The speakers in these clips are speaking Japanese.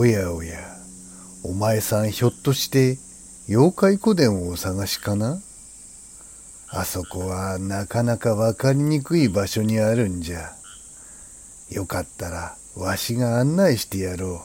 おやおや、お前さんひょっとして妖怪古殿をお探しかな？あそこはなかなかわかりにくい場所にあるんじゃ。よかったらわしが案内してやろ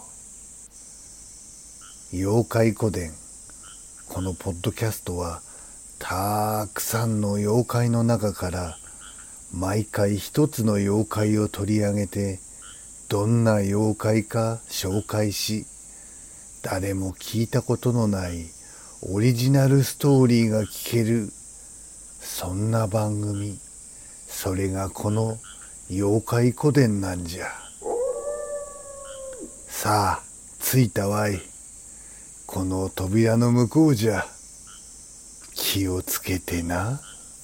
う。妖怪古殿。このポッドキャストはたくさんの妖怪の中から毎回一つの妖怪を取り上げて、どんな妖怪か紹介し、誰も聞いたことのないオリジナルストーリーが聞ける、そんな番組。それがこの妖怪古典なんじゃ。さあ着いたわい。この扉の向こうじゃ。気をつけてな。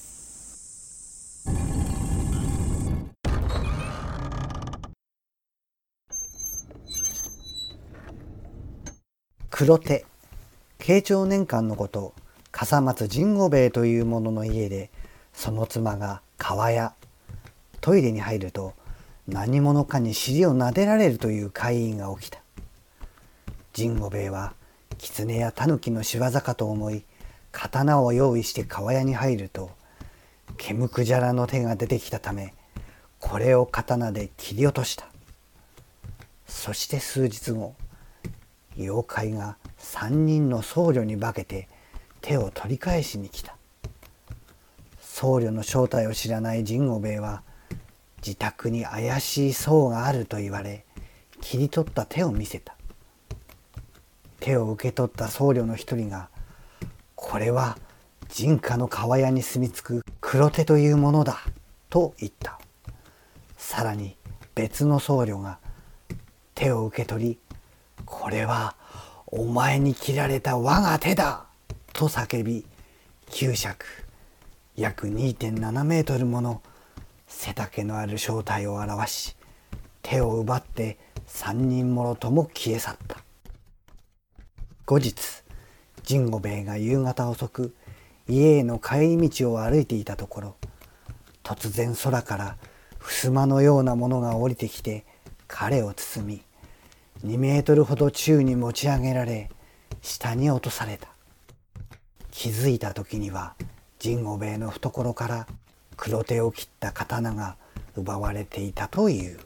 黒手、慶長年間のこと、笠松甚五兵衛という者の家で、その妻が川屋。トイレに入ると何者かに尻を撫でられるという怪異が起きた。甚五兵衛は狐や狸の仕業かと思い、刀を用意して川屋に入ると、毛むくじゃらの手が出てきたため、これを刀で切り落とした。そして数日後、妖怪が3人の僧侶に化けて手を取り返しに来た。僧侶の正体を知らない甚五兵衛は、自宅に怪しい僧があると言われ、切り取った手を見せた。手を受け取った僧侶の一人が、これは人家の川屋に住み着く黒手というものだと言った。さらに別の僧侶が手を受け取り、これはお前に切られた我が手だと叫び、9尺約 2.7 メートルもの背丈のある正体を表し、手を奪って3人もろとも消え去った。後日、甚五兵衛が夕方遅く家への帰り道を歩いていたところ、突然空から襖のようなものが降りてきて彼を包み、2メートルほど宙に持ち上げられ、下に落とされた。気づいた時には甚五兵衛の懐から黒手を切った刀が奪われていたという。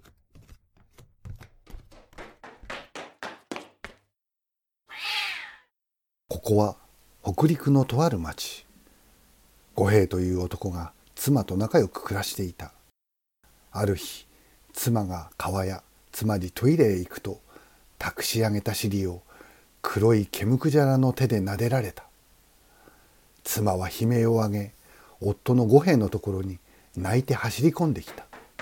ここは北陸のとある町。五平という男が妻と仲良く暮らしていた。ある日、妻が川屋、つまりトイレへ行くと、託し上げた尻を黒い毛むくじゃらの手で撫でられた。妻は悲鳴を上げ、夫の五平のところに泣いて走り込んできた。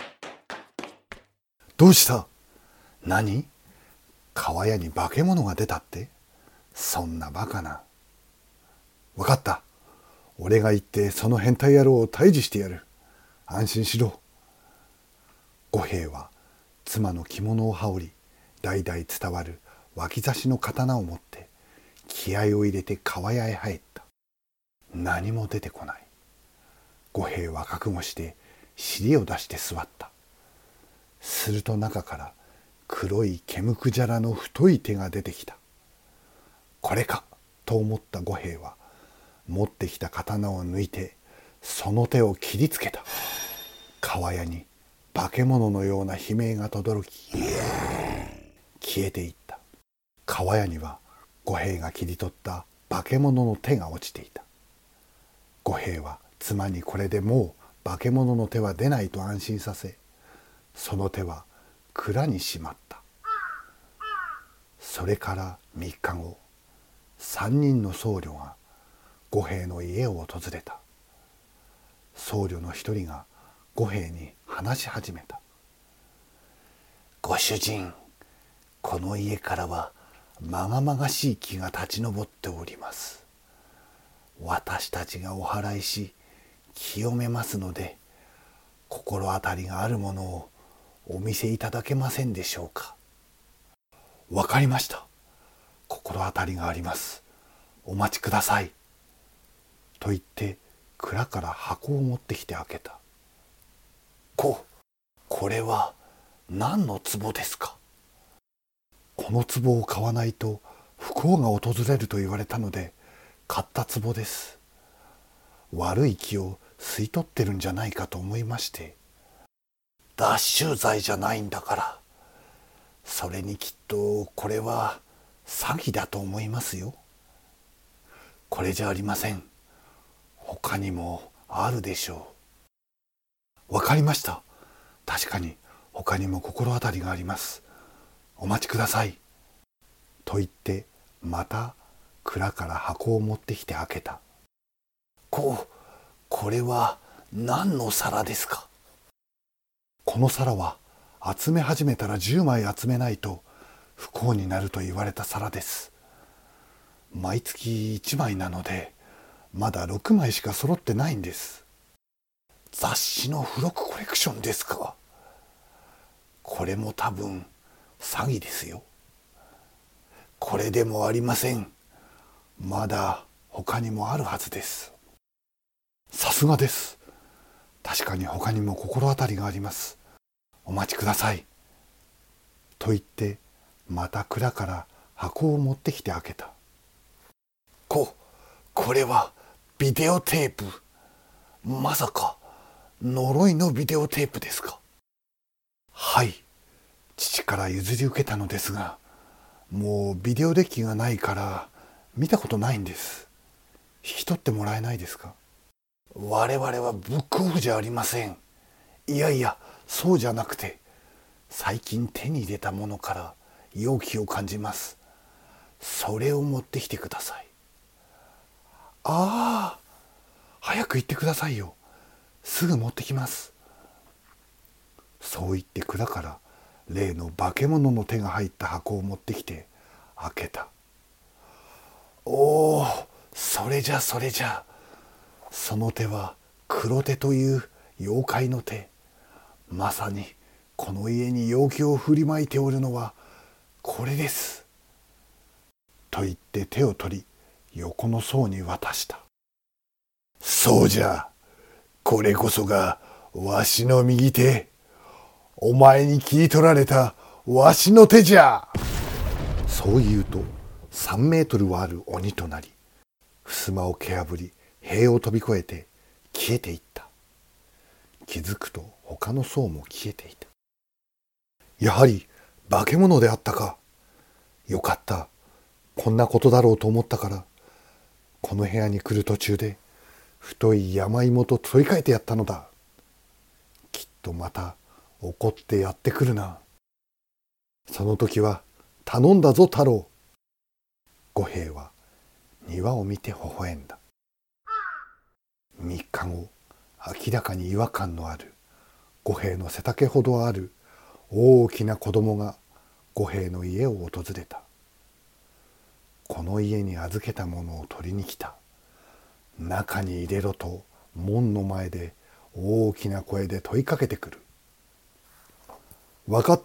どうした？何？川屋に化け物が出たって？そんなバカな。わかった。俺が行ってその変態野郎を退治してやる。安心しろ。五平は妻の着物を羽織り、代々伝わる脇差しの刀を持って気合を入れて川屋へ入った。何も出てこない。五平は覚悟して尻を出して座った。すると中から黒い毛むくじゃらの太い手が出てきた。これかと思った五平は持ってきた刀を抜いてその手を切りつけた。川屋に化け物のような悲鳴が轟き消えていった。川屋には五平が切り取った化け物の手が落ちていた。五平は妻にこれでもう化け物の手は出ないと安心させ、その手は蔵にしまった。それから3日後、3人の僧侶が五平の家を訪れた。僧侶の一人が五平に話し始めた。ご主人、この家からはまがまがしい気が立ち上っております。私たちがお祓いし清めますので、心当たりがあるものをお見せいただけませんでしょうか。わかりました。心当たりがあります。お待ちください。と言って蔵から箱を持ってきて開けた。これは何の壺ですか？ この壺を買わないと不幸が訪れると言われたので買った壺です。悪い気を吸い取ってるんじゃないかと思いまして。脱臭剤じゃないんだから。それにきっとこれは詐欺だと思いますよ。これじゃありません。他にもあるでしょう。わかりました。確かに他にも心当たりがあります。お待ちください。と言ってまた蔵から箱を持ってきて開けた。これは何の皿ですか？この皿は集め始めたら10枚集めないと不幸になると言われた皿です。毎月1枚なのでまだ6枚しか揃ってないんです。雑誌の付録コレクションですか？これも多分詐欺ですよ。これでもありません。まだ他にもあるはずです。さすがです。確かに他にも心当たりがあります。お待ちください。と言ってまた蔵から箱を持ってきて開けた。これはビデオテープ。まさか呪いのビデオテープですか？はい、父から譲り受けたのですが、もうビデオデッキがないから見たことないんです。引き取ってもらえないですか？我々はブックオフじゃありません。いやいや、そうじゃなくて、最近手に入れたものから容気を感じます。それを持ってきてください。ああ、早く行ってくださいよ。すぐ持ってきます。そう言って蔵から例の化け物の手が入った箱を持ってきて開けた。おお、それじゃ。その手は黒手という妖怪の手。まさにこの家に陽気を振りまいておるのはこれです。と言って手を取り横の僧に渡した。そうじゃ、これこそがわしの右手。お前に切り取られたわしの手じゃ。そう言うと3メートルはある鬼となり、襖を蹴破り塀を飛び越えて消えていった。気づくと他の僧も消えていた。やはり化け物であったか。よかった。こんなことだろうと思ったから、この部屋に来る途中で太い山芋と取り替えてやったのだ。きっとまた怒ってやってくるな。その時は頼んだぞ太郎。五兵衛は庭を見て微笑んだ。3日後、明らかに違和感のある五兵衛の背丈ほどある大きな子供が五兵衛の家を訪れた。この家に預けたものを取りに来た。中に入れろと門の前で大きな声で問いかけてくる。わかった。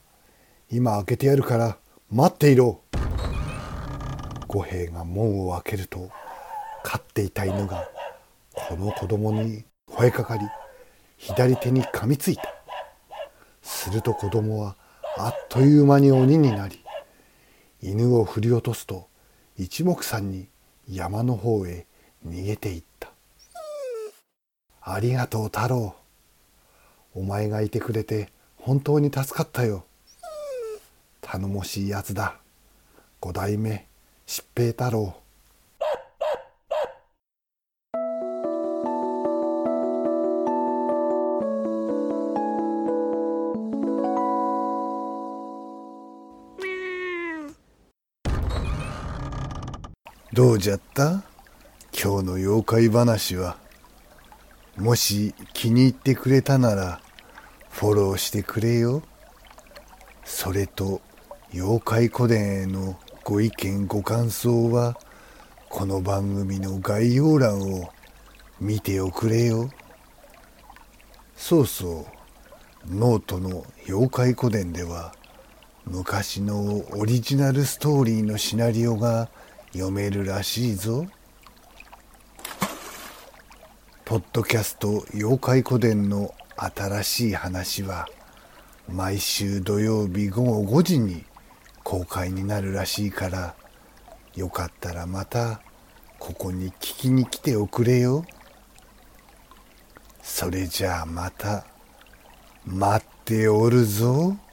今開けてやるから待っていろ。五兵衛が門を開けると、飼っていた犬がこの子供に吠えかかり、左手に噛みついた。すると子供はあっという間に鬼になり、犬を振り落とすと一目散に山の方へ逃げていった。ありがとう太郎。お前がいてくれて本当に助かったよ。頼もしいやつだ。五代目疾平太郎。どうじゃった？今日の妖怪話は。もし気に入ってくれたならフォローしてくれよ。それと妖怪古典へのご意見ご感想はこの番組の概要欄を見ておくれよ。そうそう、ノートの妖怪古典では昔のオリジナルストーリーのシナリオが読めるらしいぞ。ポッドキャスト妖怪古典の新しい話は毎週土曜日午後5時に公開になるらしいから、よかったらまたここに聞きに来ておくれよ。それじゃあまた待っておるぞ。